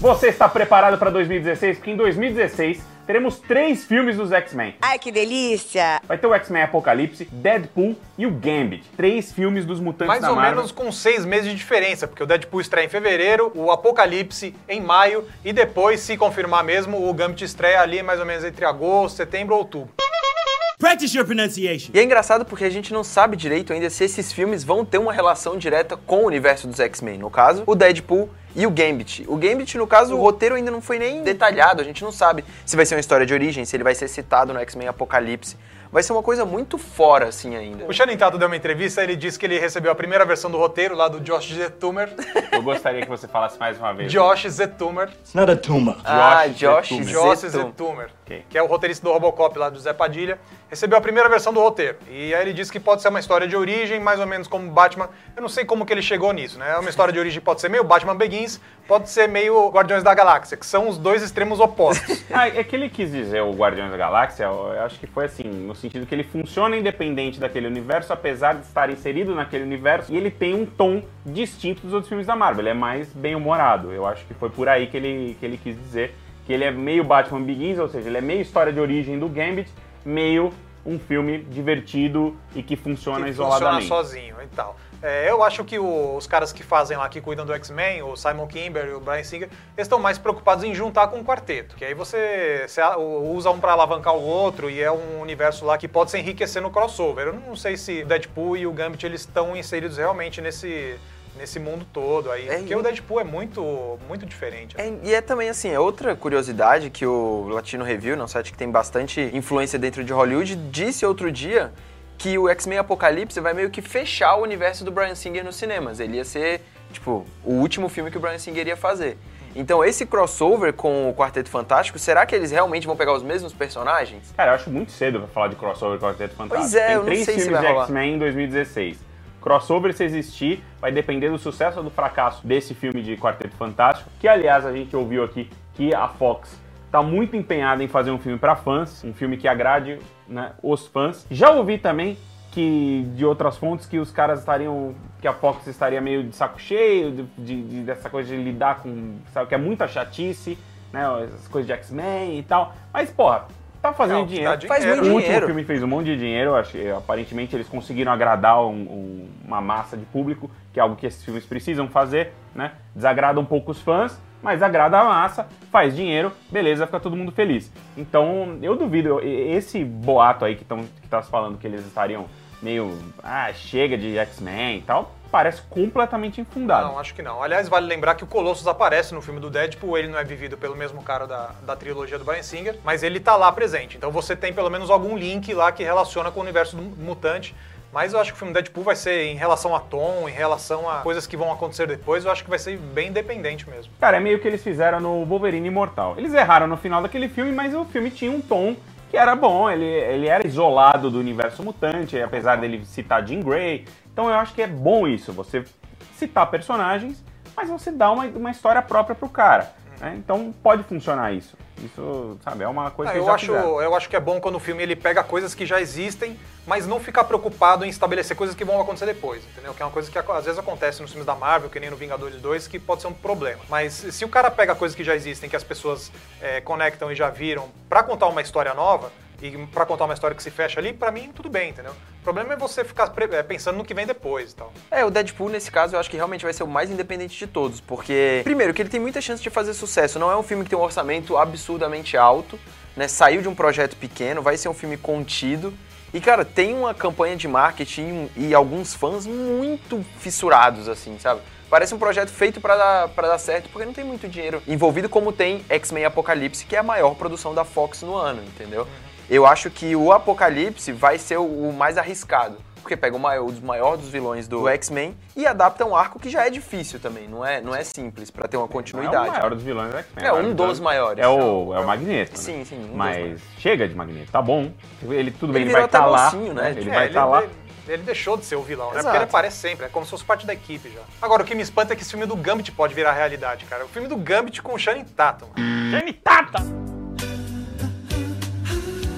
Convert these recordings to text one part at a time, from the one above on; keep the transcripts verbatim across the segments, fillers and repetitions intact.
Você está preparado para dois mil e dezesseis? Porque em dois mil e dezesseis teremos três filmes dos X-Men. Ai, que delícia! Vai ter o X-Men Apocalipse, Deadpool e o Gambit. Três filmes dos mutantes Mais da ou Marvel. menos com seis meses de diferença, porque o Deadpool estreia em fevereiro, o Apocalipse em maio, e depois, se confirmar mesmo, o Gambit estreia ali mais ou menos entre agosto, setembro ou outubro. Practice your pronunciation. E é engraçado porque a gente não sabe direito ainda se esses filmes vão ter uma relação direta com o universo dos X-Men. No caso, o Deadpool e o Gambit. O Gambit, no caso, o roteiro ainda não foi nem detalhado. A gente não sabe se vai ser uma história de origem, se ele vai ser citado no X-Men Apocalipse. Vai ser uma coisa muito fora, assim, ainda. O Channing Tatum deu uma entrevista, ele disse que ele recebeu a primeira versão do roteiro lá do Josh Zetumer. Eu gostaria que você falasse mais uma vez. Josh Zetumer. It's not a tumor. Ah, Josh Josh Zetumer. Josh Zetumer. Zetumer, Ok. que é o roteirista do Robocop lá do Zé Padilha, recebeu a primeira versão do roteiro. E aí ele disse que pode ser uma história de origem, mais ou menos como Batman. Eu não sei como que ele chegou nisso, né? É uma história de origem, pode ser meio Batman Begins, pode ser meio Guardiões da Galáxia, que são os dois extremos opostos. Ah, é que ele quis dizer o Guardiões da Galáxia, eu acho que foi assim, no sentido que ele funciona independente daquele universo, apesar de estar inserido naquele universo, e ele tem um tom distinto dos outros filmes da Marvel, ele é mais bem-humorado. Eu acho que foi por aí que ele, que ele quis dizer que ele é meio Batman Begins, ou seja, ele é meio história de origem do Gambit, meio um filme divertido e que funciona que isoladamente. funciona sozinho e tal. É, eu acho que o, os caras que fazem lá, que cuidam do X-Men, o Simon Kimber e o Bryan Singer, eles estão mais preocupados em juntar com um quarteto. Que aí você, você usa um pra alavancar o outro e é um universo lá que pode se enriquecer no crossover. Eu não sei se o Deadpool e o Gambit eles estão inseridos realmente nesse... nesse mundo todo aí, É, porque e- o Deadpool é muito, muito diferente. É, e é também assim, é outra curiosidade que o Latino Review, um site que tem bastante influência dentro de Hollywood, disse outro dia que o X-Men Apocalipse vai meio que fechar o universo do Bryan Singer nos cinemas. Ele ia ser, tipo, o último filme que o Bryan Singer ia fazer. Então esse crossover com o Quarteto Fantástico, será que eles realmente vão pegar os mesmos personagens? Cara, eu acho muito cedo pra falar de crossover com o Quarteto Fantástico. Pois é, Tem eu não três sei se filmes vai de rolar. X-Men em dois mil e dezesseis. Crossover, se existir, vai depender do sucesso ou do fracasso desse filme de Quarteto Fantástico, que, aliás, a gente ouviu aqui que a Fox tá muito empenhada em fazer um filme para fãs, um filme que agrade, né, os fãs. Já ouvi também que de outras fontes que os caras estariam, que a Fox estaria meio de saco cheio de, de- de- dessa coisa de lidar com, sabe, que é muita chatice, né, as coisas de X-Men e tal. Mas, porra, tá fazendo Não, dinheiro. dá Faz dinheiro. muito O último dinheiro. filme fez um monte de dinheiro, eu acho, aparentemente eles conseguiram agradar um- um- uma massa de público, que é algo que esses filmes precisam fazer, né? Desagrada um pouco os fãs, mas agrada a massa, faz dinheiro, beleza, fica todo mundo feliz. Então, eu duvido, eu- esse boato aí que, tão, que tá se falando que eles estariam meio, ah, chega de X-Men e tal, parece completamente infundado. Não, acho que não. Aliás, vale lembrar que o Colossus aparece no filme do Deadpool, ele não é vivido pelo mesmo cara da, da trilogia do Bryan Singer, mas ele tá lá presente. Então você tem pelo menos algum link lá que relaciona com o universo do mutante. Mas eu acho que o filme Deadpool vai ser em relação a tom, em relação a coisas que vão acontecer depois, eu acho que vai ser bem independente mesmo. Cara, é meio que eles fizeram no Wolverine Imortal. Eles erraram no final daquele filme, mas o filme tinha um tom que era bom, ele, ele era isolado do universo mutante, apesar dele citar Jean Grey. Então eu acho que é bom isso, você citar personagens, mas você dá uma, uma história própria pro cara. Né? Então pode funcionar isso. Isso, sabe, é uma coisa Ah, que eles eu, já acho, fizeram. eu acho que é bom quando o filme ele pega coisas que já existem, mas não ficar preocupado em estabelecer coisas que vão acontecer depois, entendeu? Que é uma coisa que às vezes acontece nos filmes da Marvel, que nem no Vingadores dois, que pode ser um problema. Mas se o cara pega coisas que já existem, que as pessoas é, conectam e já viram, pra contar uma história nova, e pra contar uma história que se fecha ali, pra mim tudo bem, entendeu? O problema é você ficar pre- é, pensando no que vem depois e tal. É, o Deadpool, nesse caso, eu acho que realmente vai ser o mais independente de todos, porque, primeiro, que ele tem muita chance de fazer sucesso, não é um filme que tem um orçamento absurdamente alto, né, saiu de um projeto pequeno, vai ser um filme contido, e, cara, tem uma campanha de marketing e alguns fãs muito fissurados, assim, sabe? Parece um projeto feito pra dar, pra dar certo, porque não tem muito dinheiro envolvido, como tem X-Men Apocalipse, que é a maior produção da Fox no ano, entendeu? Eu acho que o Apocalipse vai ser o, o mais arriscado, porque pega o maior, os maiores dos vilões do X-Men e adapta um arco que já é difícil também, não é, não é simples pra ter uma É o continuidade. maior dos vilões do X-Men. É, o um maior dos maiores. É o, é o Magneto. Sim, né? sim, um dos Mas maiores. chega de Magneto, tá bom. Ele, tudo bem, Ele ele, vai virou até estar lá. mocinho, né? Ele É, vai estar lá. Ele, ele deixou de ser o vilão, né? Exato. Porque ele aparece sempre, é como se fosse parte da equipe já. Agora, o que me espanta é que esse filme do Gambit pode virar realidade, cara. O filme do Gambit com o Channing Tatum. Channing Tatum!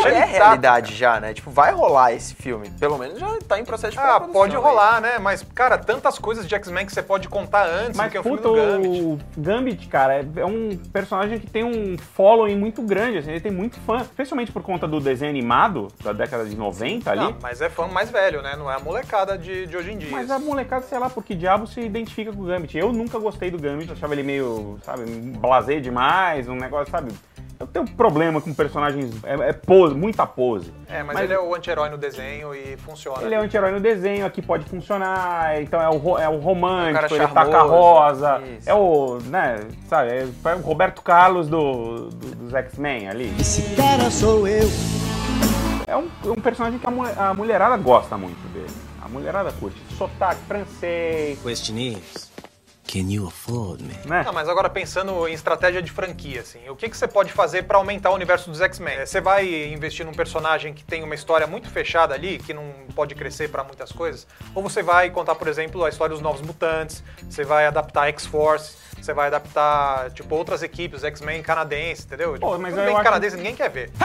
Isso ele é tá, realidade cara. já, né? Tipo, vai rolar esse filme. Pelo menos já tá em processo de Ah, pré-produção, pode aí. rolar, né? Mas, cara, tantas coisas de X-Men que você pode contar antes Mas, do que o puta, filme do Gambit. o Gambit, cara, é é um personagem que tem um following muito grande, assim, ele tem muito fã, especialmente por conta do desenho animado da década de noventa ali. Não, mas é fã mais velho, né? Não é a molecada de, de hoje em dia. Mas a molecada, sei lá, por que diabo se identifica com o Gambit? Eu nunca gostei do Gambit, achava ele meio, sabe, blasé demais, um negócio, sabe? Eu tenho problema com personagens, é, é pose, muita pose. É, mas, Mas- ele é o anti-herói no desenho e funciona. Ele é um anti-herói no desenho, aqui pode funcionar, então é o, ro- é o romântico, É um cara ele taca a charmoso, rosa, isso. é o, né, sabe, é, é o Roberto Carlos do, do- dos X-Men ali. Esse cara sou eu. É um, é um personagem que a, mu- a mulherada gosta muito dele, a mulherada curte. Sotaque francês, Question is, can you afford me? né? Não, mas agora pensando em estratégia de franquia, assim, o que, que você pode fazer pra aumentar o universo dos X-Men? É, Você vai investir num personagem que tem uma história muito fechada ali, que não pode crescer pra muitas coisas? Ou você vai contar, por exemplo, a história dos Novos Mutantes, você vai adaptar a X-Force, você vai adaptar, tipo, outras equipes, X-Men canadense, entendeu? Tipo, Pô, mas tudo eu bem que acho- canadense ninguém quer ver.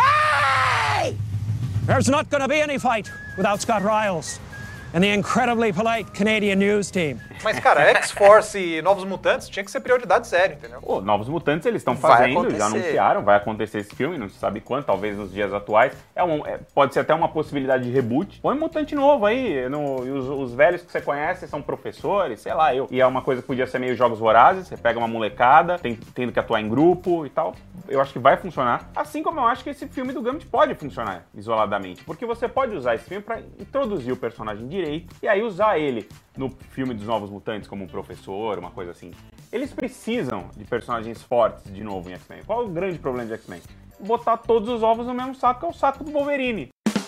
There's not going to be any fight without Scott Riles and the incredibly polite Canadian news team. Mas, cara, X-Force e Novos Mutantes tinha que ser prioridade zero, entendeu? Pô, Novos Mutantes eles estão Vai fazendo, acontecer. já anunciaram, vai acontecer esse filme, não se sabe quando, talvez nos dias atuais. É um, é- pode ser até uma possibilidade de reboot. Põe um mutante novo aí, no- e os, os velhos que você conhece são professores, sei lá, eu. E é uma coisa que podia ser meio jogos vorazes, você pega uma molecada, tem- tendo que atuar em grupo e tal. Eu acho que vai funcionar. Assim como eu acho que esse filme do Gambit pode funcionar isoladamente, porque você pode usar esse filme pra introduzir o personagem direito e aí usar ele no filme dos Novos Mutantes como um professor, uma coisa assim. Eles precisam de personagens fortes de novo em X-Men. Qual é o grande problema de X-Men? Botar todos os ovos no mesmo saco, que é o saco do Wolverine.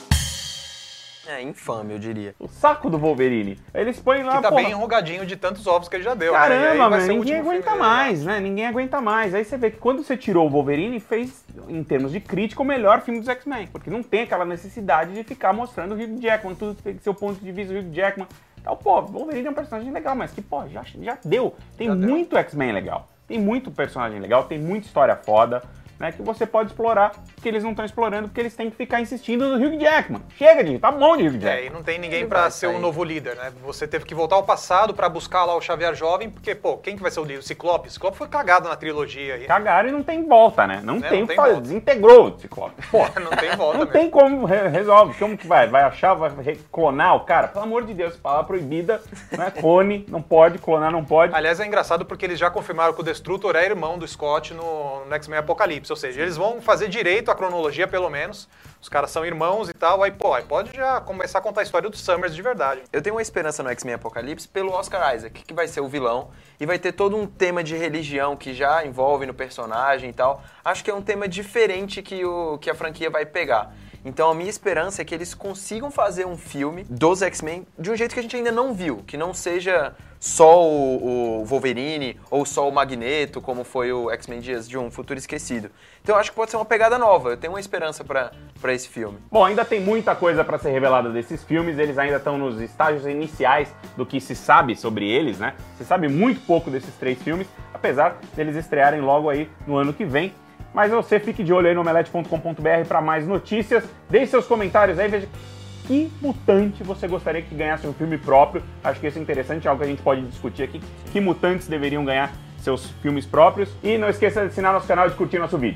É infame, eu diria. O saco do Wolverine. Eles põem lá, Que tá porra, bem enrugadinho de tantos ovos que ele já deu. né? E aí caramba, vai meu, ser o ninguém último aguenta filme dele, né? mais, né? Ninguém aguenta mais. Aí você vê que quando você tirou o Wolverine, fez, em termos de crítica, o melhor filme dos X-Men. Porque não tem aquela necessidade de ficar mostrando o Hugh Jackman, tudo tem que ser o ponto de vista do Hugh Jackman. Então, pô, o Wolverine é um personagem legal, mas que, pô, já, já deu. Tem Já deu. muito X-Men legal. Tem muito personagem legal, tem muita história foda, né? Que você pode explorar, que eles não estão explorando, porque eles têm que ficar insistindo no Hugh Jackman. Chega, de tá bom de Hugh É, Jackman. e não tem ninguém Ele pra vai ser o sair. novo líder, né? Você teve que voltar ao passado pra buscar lá o Xavier jovem, porque, pô, quem que vai ser o líder? O Ciclope? O Ciclope foi cagado na trilogia aí. Cagaram e não tem volta, né? Não É, tem não o que tem fazer. volta. Desintegrou o Ciclope. Pô, Não tem volta não mesmo. tem como re resolve. Como que vai? Vai achar, vai re- clonar o cara? Pelo amor de Deus, palavra proibida, né? Clone, não pode, clonar não pode. Aliás, é engraçado porque eles já confirmaram que o Destrutor é irmão do Scott no, no X-Men Apocalipse. Ou seja, eles vão fazer direito a cronologia, pelo menos. Os caras são irmãos e tal. Aí, pô, aí pode já começar a contar a história do Summers de verdade. Eu tenho uma esperança no X-Men Apocalipse pelo Oscar Isaac, que vai ser o vilão, e vai ter todo um tema de religião que já envolve no personagem e tal. Acho que é um tema diferente que, o, que a franquia vai pegar. Então a minha esperança é que eles consigam fazer um filme dos X-Men de um jeito que a gente ainda não viu, que não seja só o, o Wolverine ou só o Magneto, como foi o X-Men Dias de um Futuro Esquecido. Então eu acho que pode ser uma pegada nova, eu tenho uma esperança pra pra esse filme. Bom, ainda tem muita coisa pra ser revelada desses filmes, eles ainda estão nos estágios iniciais do que se sabe sobre eles, né? Se sabe muito pouco desses três filmes, apesar deles estrearem logo aí no ano que vem. Mas você fique de olho aí no omelete ponto com ponto b r para mais notícias. Deixe seus comentários aí, veja que mutante você gostaria que ganhasse um filme próprio. Acho que isso é interessante, é algo que a gente pode discutir aqui. Que mutantes deveriam ganhar seus filmes próprios. E não esqueça de assinar nosso canal e de curtir nosso vídeo.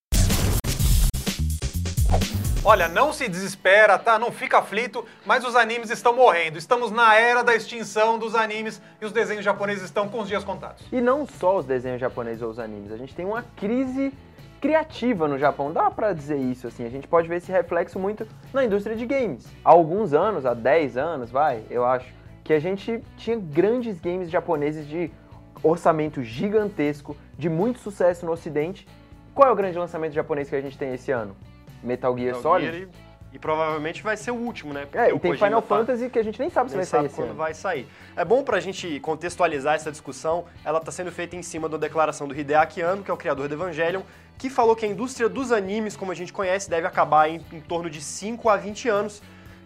Olha, não se desespera, tá? Não fica aflito, mas os animes estão morrendo. Estamos na era da extinção dos animes e os desenhos japoneses estão com os dias contados. E não só os desenhos japoneses ou os animes, a gente tem uma crise criativa no Japão, dá pra dizer isso, assim, a gente pode ver esse reflexo muito na indústria de games. Há alguns anos, há dez anos, vai, eu acho, que a gente tinha grandes games japoneses de orçamento gigantesco, de muito sucesso no ocidente. Qual é o grande lançamento japonês que a gente tem esse ano? Metal Gear Metal Solid? Gear e, e provavelmente vai ser o último, né? Porque É, o e tem Kojima Final tá- Fantasy que a gente nem sabe se nem vai sair sabe esse quando ano. vai sair. É bom pra gente contextualizar essa discussão, ela está sendo feita em cima da declaração do Hideaki Anno, que é o criador do Evangelion, que falou que a indústria dos animes, como a gente conhece, deve acabar em, em torno de cinco a vinte anos.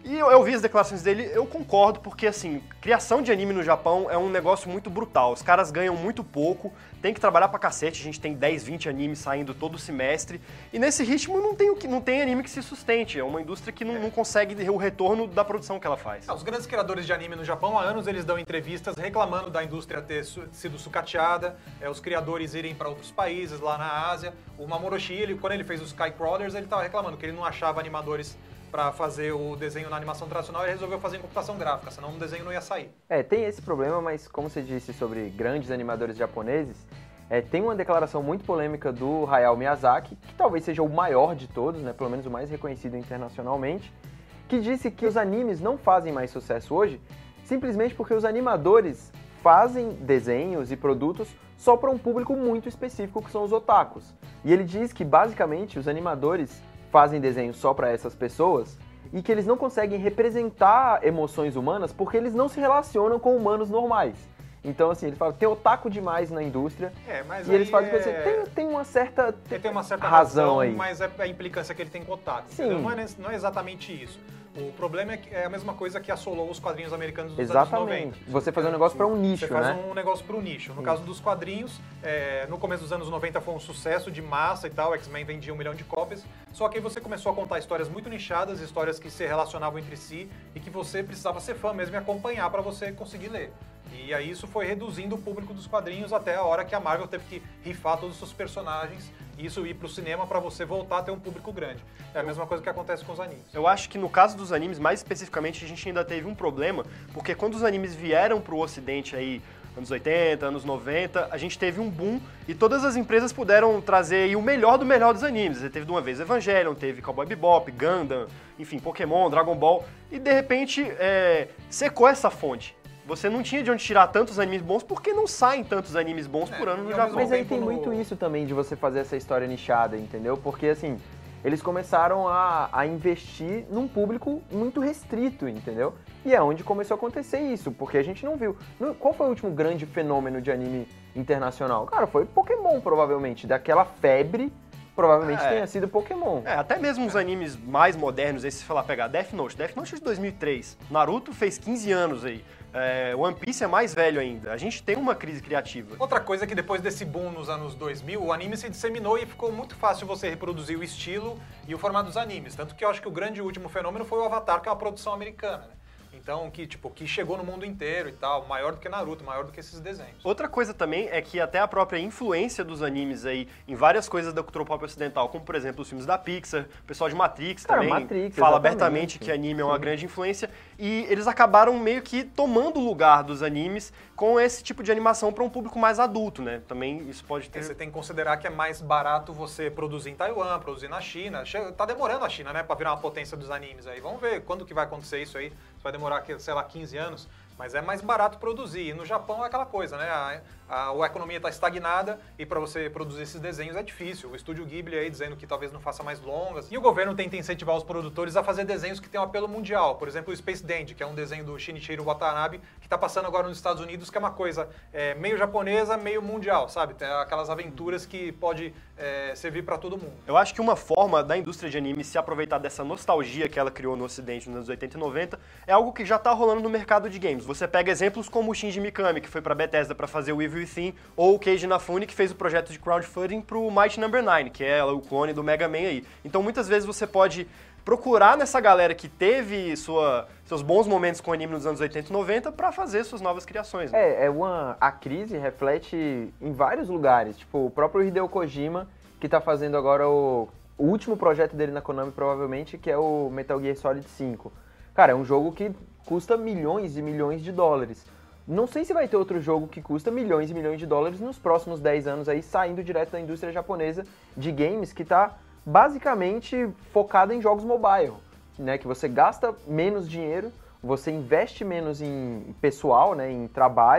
E eu, eu vi as declarações dele, eu concordo, porque assim, criação de anime no Japão é um negócio muito brutal. Os caras ganham muito pouco, tem que trabalhar pra cacete, a gente tem dez, vinte animes saindo todo semestre, e nesse ritmo não tem, o que, não tem anime que se sustente, é uma indústria que não, não consegue o retorno da produção que ela faz. Ah, os grandes criadores de anime no Japão, há anos eles dão entrevistas reclamando da indústria ter su sido sucateada, é, os criadores irem para outros países, lá na Ásia. O Mamoru Oshii, ele, quando ele fez os Skycrawlers, ele estava reclamando que ele não achava animadores para fazer o desenho na animação tradicional, ele resolveu fazer em computação gráfica, senão o desenho não ia sair. É, tem esse problema, mas como você disse sobre grandes animadores japoneses, é, tem uma declaração muito polêmica do Hayao Miyazaki, que talvez seja o maior de todos, né, pelo menos o mais reconhecido internacionalmente, que disse que os animes não fazem mais sucesso hoje, simplesmente porque os animadores fazem desenhos e produtos só para um público muito específico, que são os otakus. E ele diz que, basicamente, os animadores fazem desenhos só para essas pessoas e que eles não conseguem representar emoções humanas porque eles não se relacionam com humanos normais. Então, assim, ele fala que tem otaku demais na indústria. É, mas e eles fazem é... assim, tem, tem uma certa, tem, tem uma certa razão, razão aí. Mas é a implicância que ele tem com o otaku. Sim. Não é, não é exatamente isso. O problema é que é a mesma coisa que assolou os quadrinhos americanos dos Exatamente. anos noventa. Você fazer um negócio para um nicho, Você faz né? um negócio para um nicho. No Sim. caso dos quadrinhos, é, no começo dos anos noventa foi um sucesso de massa e tal, X-Men vendia um milhão de cópias, só que aí você começou a contar histórias muito nichadas, histórias que se relacionavam entre si e que você precisava ser fã mesmo e acompanhar para você conseguir ler. E aí isso foi reduzindo o público dos quadrinhos até a hora que a Marvel teve que rifar todos os seus personagens e isso ir pro cinema para você voltar a ter um público grande. É a mesma coisa que acontece com os animes. Eu acho que no caso dos animes, mais especificamente, a gente ainda teve um problema, porque quando os animes vieram pro ocidente aí, anos oitenta, anos noventa, a gente teve um boom e todas as empresas puderam trazer aí o melhor do melhor dos animes. Você teve de uma vez Evangelion, teve Cowboy Bebop, Gundam, enfim, Pokémon, Dragon Ball, e de repente é, secou essa fonte. Você não tinha de onde tirar tantos animes bons porque não saem tantos animes bons por é, ano no Japão. Mas aí tem no... muito isso também de você fazer essa história nichada, entendeu? Porque assim, eles começaram a, a investir num público muito restrito, entendeu? E é onde começou a acontecer isso, porque a gente não viu. Qual foi o último grande fenômeno de anime internacional? Cara, foi Pokémon, provavelmente. Daquela febre, provavelmente é. tenha sido Pokémon. É, até mesmo os animes mais modernos, aí se falar pegar Death Note. Death Note é de dois mil e três. Naruto fez quinze anos aí. É, One Piece é mais velho ainda. A gente tem uma crise criativa. Outra coisa é que depois desse boom nos anos dois mil, o anime se disseminou e ficou muito fácil você reproduzir o estilo e o formato dos animes. Tanto que eu acho que o grande último fenômeno foi o Avatar, que é uma produção americana, né? Então, que, tipo, que chegou no mundo inteiro e tal, maior do que Naruto, maior do que esses desenhos. Outra coisa também é que até a própria influência dos animes aí em várias coisas da cultura pop ocidental, como por exemplo os filmes da Pixar, o pessoal de Matrix Cara, também Matrix, fala exatamente. abertamente que anime é uma grande influência, e eles acabaram meio que tomando o lugar dos animes com esse tipo de animação para um público mais adulto, né? Também isso pode ter... Você tem que considerar que é mais barato você produzir em Taiwan, produzir na China. Tá demorando a China, né, para virar uma potência dos animes aí. Vamos ver quando que vai acontecer isso aí. Vai demorar, sei lá, quinze anos, mas é mais barato produzir. E no Japão é aquela coisa, né? A, a, a economia está estagnada e para você produzir esses desenhos é difícil. O estúdio Ghibli aí dizendo que talvez não faça mais longas. E o governo tenta incentivar os produtores a fazer desenhos que tenham apelo mundial. Por exemplo, o Space Dandy, que é um desenho do Shinichiro Watanabe, que está passando agora nos Estados Unidos, que é uma coisa é, meio japonesa, meio mundial, sabe? Tem aquelas aventuras que pode é, servir para todo mundo. Eu acho que uma forma da indústria de anime se aproveitar dessa nostalgia que ela criou no ocidente nos anos oitenta e noventa é algo que já está rolando no mercado de games. Você pega exemplos como o Shinji Mikami, que foi para Bethesda para fazer o Evil Within, ou o Keiji Inafune, que fez o projeto de crowdfunding para o Mighty Number nine, que é o clone do Mega Man aí. Então muitas vezes você pode procurar nessa galera que teve sua, seus bons momentos com anime nos anos oitenta e noventa para fazer suas novas criações. Né? É, é uma, a crise reflete em vários lugares. Tipo, o próprio Hideo Kojima, que tá fazendo agora o, o último projeto dele na Konami, provavelmente, que é o Metal Gear Solid cinco. Cara, é um jogo que custa milhões e milhões de dólares. Não sei se vai ter outro jogo que custa milhões e milhões de dólares nos próximos dez anos aí, saindo direto da indústria japonesa de games, que tá basicamente focada em jogos mobile, né? Que você gasta menos dinheiro, você investe menos em pessoal, né? Em trabalho,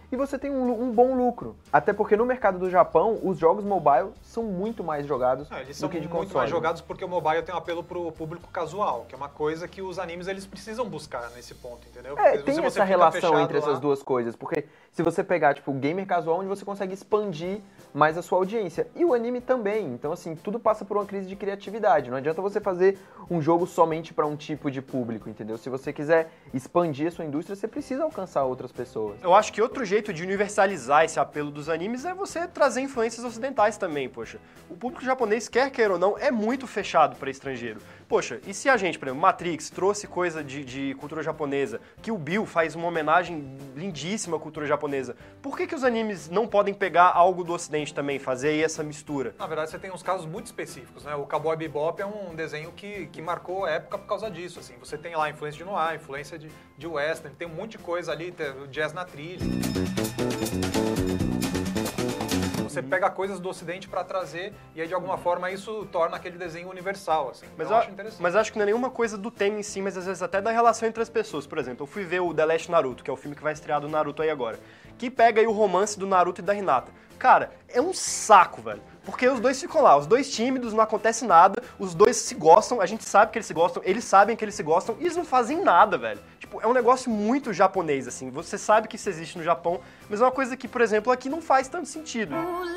e você tem um, um bom lucro. Até porque no mercado do Japão, os jogos mobile são muito mais jogados ah, eles do são que de muito console. mais jogados porque o mobile tem um apelo pro público casual, que é uma coisa que os animes eles precisam buscar nesse ponto, entendeu? É, Porque tem se você essa fica relação fechado entre essas lá- duas coisas, porque se você pegar, tipo, o gamer casual, onde você consegue expandir mais a sua audiência, e o anime também, então assim, tudo passa por uma crise de criatividade, não adianta você fazer um jogo somente para um tipo de público, entendeu? Se você quiser expandir a sua indústria, você precisa alcançar outras pessoas. Eu acho que outro jeito de universalizar esse apelo dos animes é você trazer influências ocidentais também, poxa. O público japonês, quer queira ou não, é muito fechado para estrangeiro. Poxa, e se a gente, por exemplo, Matrix trouxe coisa de, de cultura japonesa, que o Bill faz uma homenagem lindíssima à cultura japonesa, por que que os animes não podem pegar algo do ocidente também, fazer aí essa mistura? Na verdade, você tem uns casos muito específicos, né? O Cowboy Bebop é um desenho que, que marcou a época por causa disso, assim. Você tem lá a influência de noir, influência de, de western, tem um monte de coisa ali, tem o jazz na trilha. Você pega coisas do ocidente pra trazer e aí de alguma forma isso torna aquele desenho universal, assim. Mas, Então, eu, eu acho interessante. mas acho que não é nenhuma coisa do tema em si, mas às vezes até da relação entre as pessoas. Por exemplo, eu fui ver o The Last Naruto, que é o filme que vai estrear do Naruto aí agora, que pega aí o romance do Naruto e da Hinata. Cara, é um saco, velho. Porque os dois ficam lá, os dois tímidos, não acontece nada, os dois se gostam, a gente sabe que eles se gostam, eles sabem que eles se gostam, e eles não fazem nada, velho. Tipo, é um negócio muito japonês, assim. Você sabe que isso existe no Japão, mas é uma coisa que, por exemplo, aqui não faz tanto sentido.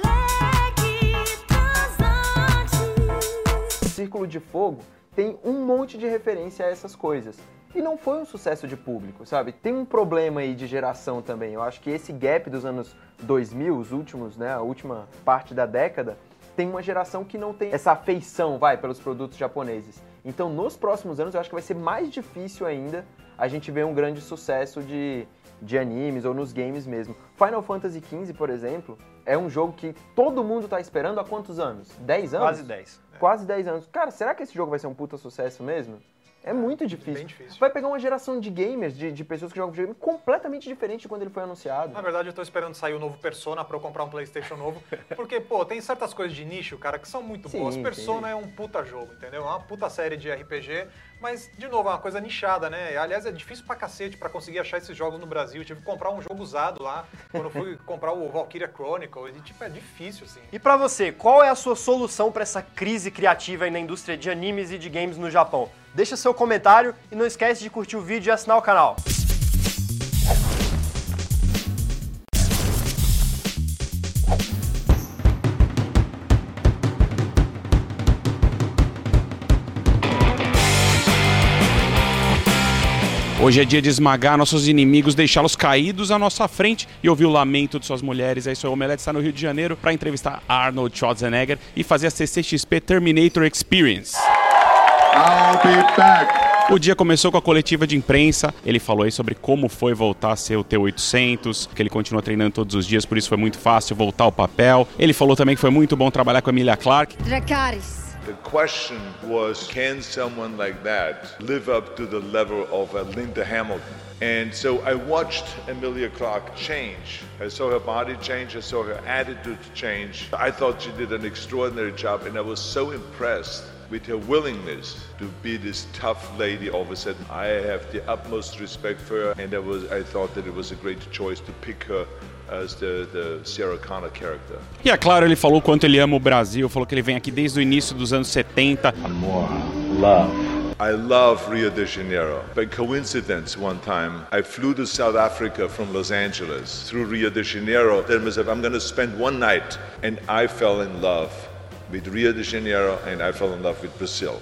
Círculo de Fogo tem um monte de referência a essas coisas. E não foi um sucesso de público, sabe? Tem um problema aí de geração também. Eu acho que esse gap dos anos dois mil, os últimos, né, a última parte da década, tem uma geração que não tem essa afeição, vai, pelos produtos japoneses. Então, nos próximos anos, eu acho que vai ser mais difícil ainda a gente ver um grande sucesso de, de animes ou nos games mesmo. Final Fantasy quinze, por exemplo, é um jogo que todo mundo tá esperando há quantos anos? dez anos? Quase dez. Quase dez anos. Cara, será que esse jogo vai ser um puta sucesso mesmo? É muito difícil. Bem difícil. Vai pegar uma geração de gamers, de, de pessoas que jogam videogame completamente diferente de quando ele foi anunciado. Na verdade, eu tô esperando sair o novo Persona pra eu comprar um PlayStation novo. Porque, pô, tem certas coisas de nicho, cara, que são muito Sim, boas. Persona sim. é um puta jogo, entendeu? É uma puta série de R P G, mas, de novo, é uma coisa nichada, né? Aliás, é difícil pra cacete pra conseguir achar esses jogos no Brasil. Eu tive que comprar um jogo usado lá, quando eu fui comprar o Valkyria Chronicle. E, tipo, é difícil, assim. E pra você, qual é a sua solução pra essa crise criativa aí na indústria de animes e de games no Japão? Deixa seu comentário e não esquece de curtir o vídeo e assinar o canal. Hoje é dia de esmagar nossos inimigos, deixá-los caídos à nossa frente e ouvir o lamento de suas mulheres. É isso aí, o Omelete está no Rio de Janeiro para entrevistar Arnold Schwarzenegger e fazer a C C X P Terminator Experience. I'll be back. O dia começou com a coletiva de imprensa, ele falou aí sobre como foi voltar a ser o T oitocentos, que ele continua treinando todos os dias, por isso foi muito fácil voltar ao papel. Ele falou também que foi muito bom trabalhar com a Emilia Clarke. Dracarys. The question was, can someone like that live up to the level of uh, Linda Hamilton? And so I watched Emilia Clarke change. I saw her body change, I saw her attitude change. I thought she did an extraordinary job, and I was so impressed with her willingness to be this tough lady all of a sudden. I have the utmost respect for her, and I, was, I thought that it was a great choice to pick her as the, the Sarah Connor character. E é claro, ele falou o quanto ele ama o Brasil, falou que ele vem aqui desde o início dos anos setenta. More love. I love Rio de Janeiro. By coincidence, one time, I flew to South Africa from Los Angeles through Rio de Janeiro. Then I said, I'm going to spend one night, and I fell in love with Rio de Janeiro, and I fell in love with Brazil.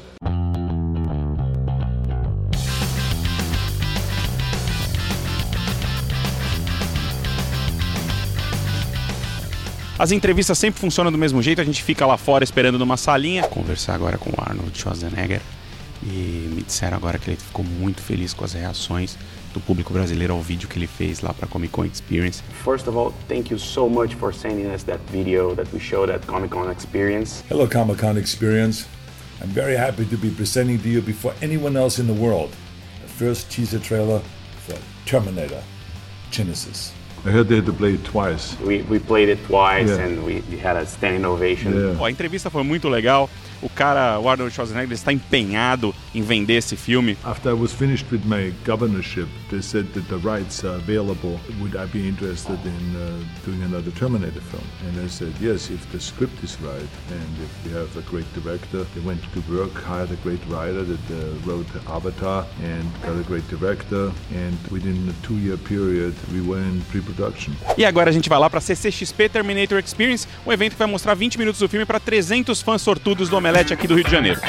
As entrevistas sempre funcionam do mesmo jeito, a gente fica lá fora esperando numa salinha. Conversar agora com o Arnold Schwarzenegger e me disseram agora que ele ficou muito feliz com as reações do público brasileiro ao vídeo que ele fez lá para Comic Con Experience. First of all, thank you so much for sending us that video that we showed at Comic Con Experience. Hello Comic Con Experience. I'm very happy to be presenting to you before anyone else in the world the first teaser trailer for Terminator Genesis. I heard they had to play it twice. We, we played it twice Yeah. and we, we had a standing ovation. Yeah. Ó, a entrevista foi muito legal. o cara, o Arnold Schwarzenegger, está empenhado em vender esse filme. After I was finished with my governorship, they said that the rights are available. Would I be interested in uh, doing another Terminator film? And I said, yes, if the script is right and if we have a great director. They went to work, hired a great writer that uh, wrote Avatar and got a great director. And within a two-year period, we were in pre-production. E agora a gente vai lá para a C C X P Terminator Experience, um evento que vai mostrar vinte minutos do filme para trezentos fãs sortudos do Omelete aqui do Rio de Janeiro.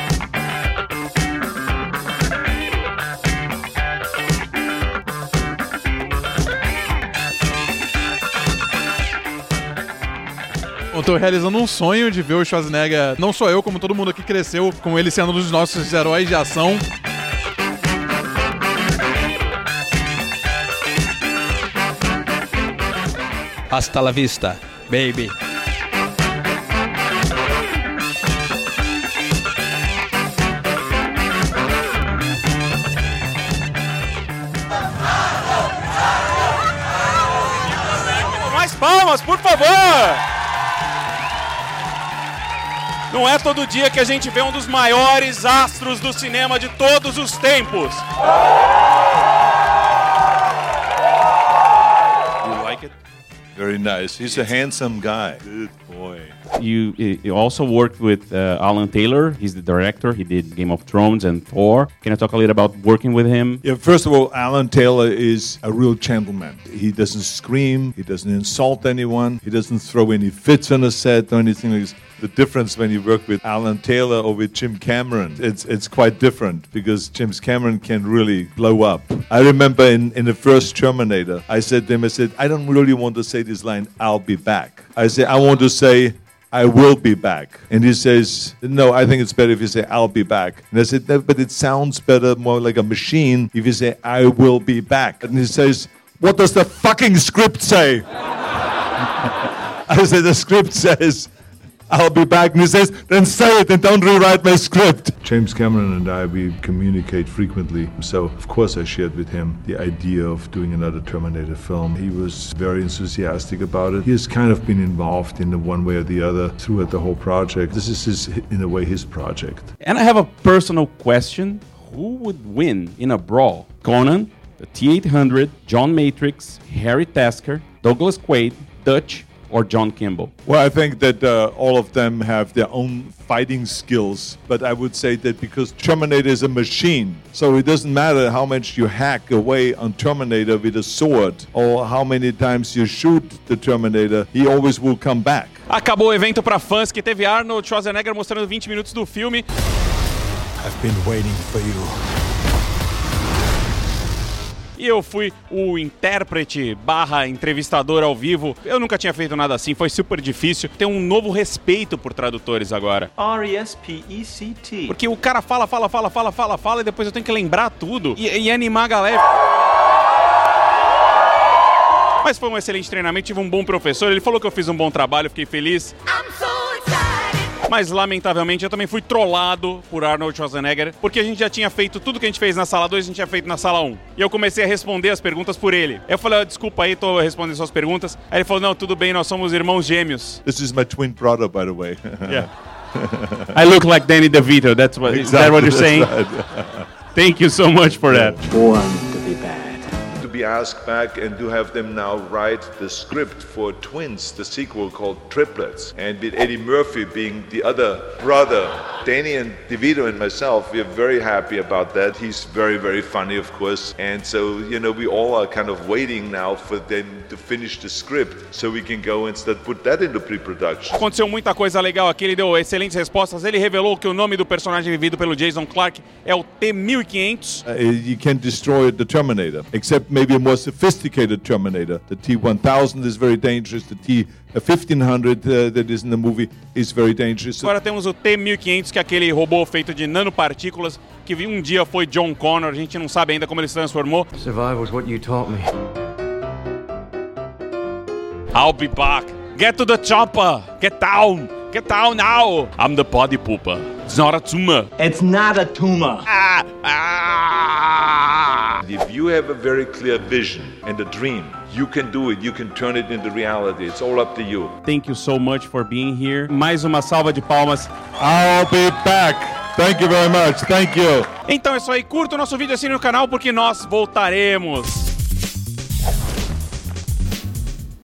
Eu tô realizando um sonho de ver o Schwarzenegger, não só eu, como todo mundo aqui cresceu com ele sendo um dos nossos heróis de ação. Hasta la vista, baby. Mais palmas, por favor! Não é todo dia que a gente vê um dos maiores astros do cinema de todos os tempos. You like it? Very nice. He's a handsome guy. Good boy. You, you also worked with uh, Alan Taylor. He's the director. He did Game of Thrones and Thor. Can you talk a little about working with him? Yeah, first of all, Alan Taylor is a real gentleman. He doesn't scream. He doesn't insult anyone. He doesn't throw any fits on a set or anything like this. The difference when you work with Alan Taylor or with Jim Cameron, it's it's quite different because James Cameron can really blow up. I remember in, in the first Terminator, I said to him, I said, I don't really want to say this line, I'll be back. I said, I want to say, I will be back. And he says, no, I think it's better if you say, I'll be back. And I said, no, but it sounds better, more like a machine, if you say, I will be back. And he says, what does the fucking script say? I said, the script says, I'll be back. And he says, then say it and don't rewrite my script. James Cameron and I, we communicate frequently. So, of course, I shared with him the idea of doing another Terminator film. He was very enthusiastic about it. He has kind of been involved in one way or the other throughout the whole project. This is, his, in a way, his project. And I have a personal question. Who would win in a brawl? Conan, the T eight hundred, John Matrix, Harry Tasker, Douglas Quaid, Dutch, or John Kimball? Well, I think that uh, all of them have their own fighting skills, but I would say that because Terminator is a machine, so it doesn't matter how much you hack away on Terminator with a sword or how many times you shoot the Terminator, he always will come back. Acabou o evento para fãs que teve Arnold Schwarzenegger mostrando vinte minutos do filme. I've been waiting for you. E eu fui o intérprete barra entrevistador ao vivo. Eu nunca tinha feito nada assim, foi super difícil. Tem um novo respeito por tradutores agora. R E S P E C T. Porque o cara fala, fala, fala, fala, fala, fala, e depois eu tenho que lembrar tudo e, e animar a galera. Mas foi um excelente treinamento, tive um bom professor, ele falou que eu fiz um bom trabalho, fiquei feliz. I'm so Mas, lamentavelmente, eu também fui trollado por Arnold Schwarzenegger, porque a gente já tinha feito tudo que a gente fez na sala dois, a gente tinha feito na sala um. E eu comecei a responder as perguntas por ele. Eu falei, oh, desculpa aí, tô respondendo suas perguntas. Aí ele falou, não, tudo bem, nós somos irmãos gêmeos. This is my twin brother, by the way. Yeah. I look like Danny DeVito, that's what, exactly, is that what you're saying? Right. Thank you so much for that. Born to be bad. To be asked back and to have them now write the script for Twins, the sequel called Triplets, and with Eddie Murphy being the other brother. Danny and DeVito and myself, we are very happy about that. He's very, very funny, of course, and so, you know, we all are kind of waiting now for them to finish the script so we can go and start put that into pre-production. Aconteceu muita coisa legal aqui, ele deu excelentes respostas. Ele revelou que o nome do personagem vivido pelo Jason Clarke é o T mil e quinhentos. Uh, you can't destroy the Terminator, except maybe a more sophisticated Terminator. The T one thousand is very dangerous. The T fifteen hundred uh, that is in the movie is very dangerous. Agora temos o T mil e quinhentos, que é aquele robô feito de nanopartículas que um dia foi John Connor. A gente não sabe ainda como ele se transformou. Survival is what you taught me. I'll be back. Get to the chopper. Get down. Get down now. I'm the body pooper. It's not a tumor. It's not a tumor. Ah, ah. If you have a very clear vision and a dream, you can do it. You can turn it into reality. It's all up to you. Thank you so much for being here. Mais uma salva de palmas. I'll be back. Thank you very much. Thank you. Então é isso aí. Curta o nosso vídeo, assine o canal porque nós voltaremos.